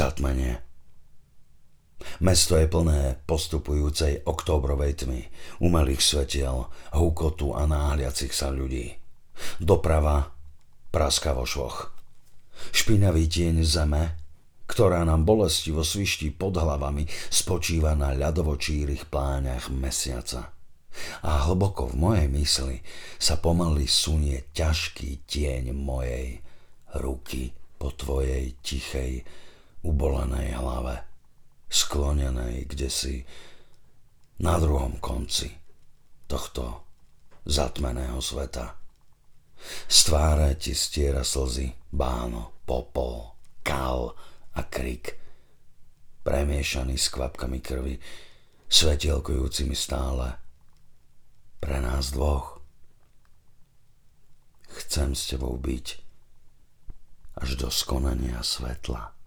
Zatmenie. Mesto je plné postupujúcej októbrovej tmy, umelých svetiel, hukotu a náhliacich sa ľudí. Doprava praska vo švoch. Špinavý tieň zeme, ktorá nám bolestivo sviští pod hlavami, spočíva na ľadovočírých pláňach mesiaca. A hlboko v mojej mysli sa pomaly sunie ťažký tieň mojej ruky po tvojej tichej, ubolenej hlave, sklonenej kdesi na druhom konci tohto zatmeného sveta. Z tváre ti stiera slzy báno, popol, kal a krik, premiešaný s kvapkami krvi, svetielkujúcimi stále pre nás dvoch. Chcem s tebou byť až do skonania svetla.